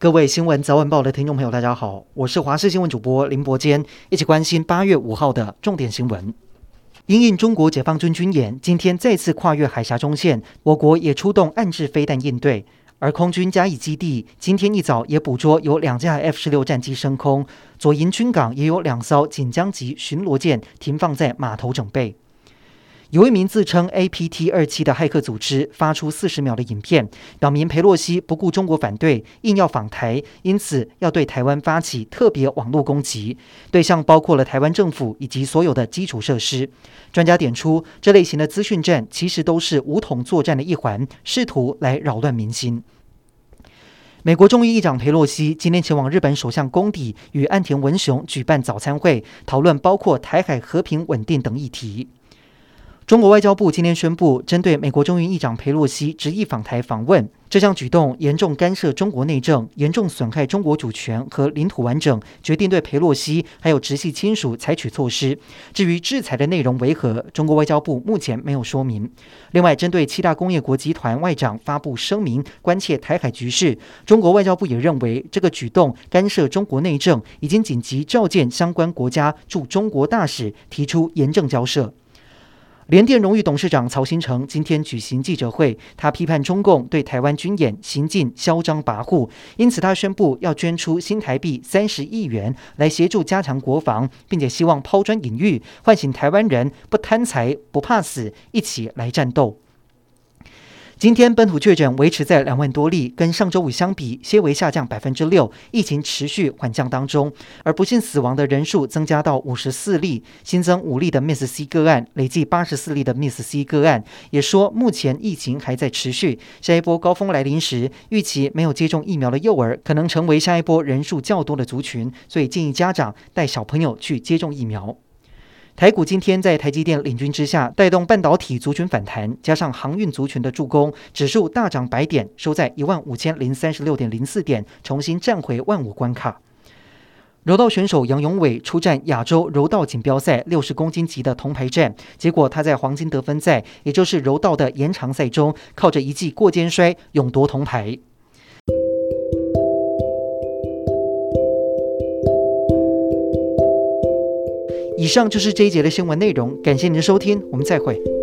各位新闻早晚报的听众朋友，大家好，我是华视新闻主播林伯坚，一起关心8月5号的重点新闻。因应中国解放军军演，今天再次跨越海峡中线，我国也出动岸置飞弹应对。而空军嘉义基地今天一早也捕捉有2架 F-16 战机升空，左营军港也有2艘锦江级巡逻舰停放在码头整备。有一名自称 APT27 的骇客组织发出40秒的影片，表明裴洛西不顾中国反对，硬要访台，因此要对台湾发起特别网络攻击，对象包括了台湾政府以及所有的基础设施。专家点出，这类型的资讯战其实都是武统作战的一环，试图来扰乱民心。美国众议议长裴洛西今天前往日本首相公邸，与岸田文雄举办早餐会，讨论包括台海和平稳定等议题。中国外交部今天宣布，针对美国众议议长裴洛西执意访台访问，这项举动严重干涉中国内政，严重损害中国主权和领土完整，决定对裴洛西还有直系亲属采取措施。至于制裁的内容为何，中国外交部目前没有说明。另外，针对7大工业国集团外长发布声明，关切台海局势，中国外交部也认为这个举动干涉中国内政，已经紧急召见相关国家驻中国大使，提出严正交涉。联电荣誉董事长曹兴诚今天举行记者会，他批判中共对台湾军演行径嚣张跋扈，因此他宣布要捐出新台币30亿元来协助加强国防，并且希望抛砖引玉，唤醒台湾人不贪财不怕死，一起来战斗。今天本土确诊维持在2万多例，跟上周五相比些微下降6%，疫情持续缓降当中。而不幸死亡的人数增加到54例，新增5例的 MIS-C 个案，累计84例的 MIS-C 个案，也说目前疫情还在持续。下一波高峰来临时，预期没有接种疫苗的幼儿可能成为下一波人数较多的族群，所以建议家长带小朋友去接种疫苗。台股今天在台积电领军之下，带动半导体族群反弹，加上航运族群的助攻，指数大涨100点，收在15036.04点，重新站回15000关卡。柔道选手杨永伟出战亚洲柔道锦标赛60公斤级的铜牌战，结果他在黄金得分赛，也就是柔道的延长赛中，靠着一记过肩摔勇夺铜牌。以上就是这一节的新闻内容，感谢您的收听，我们再会。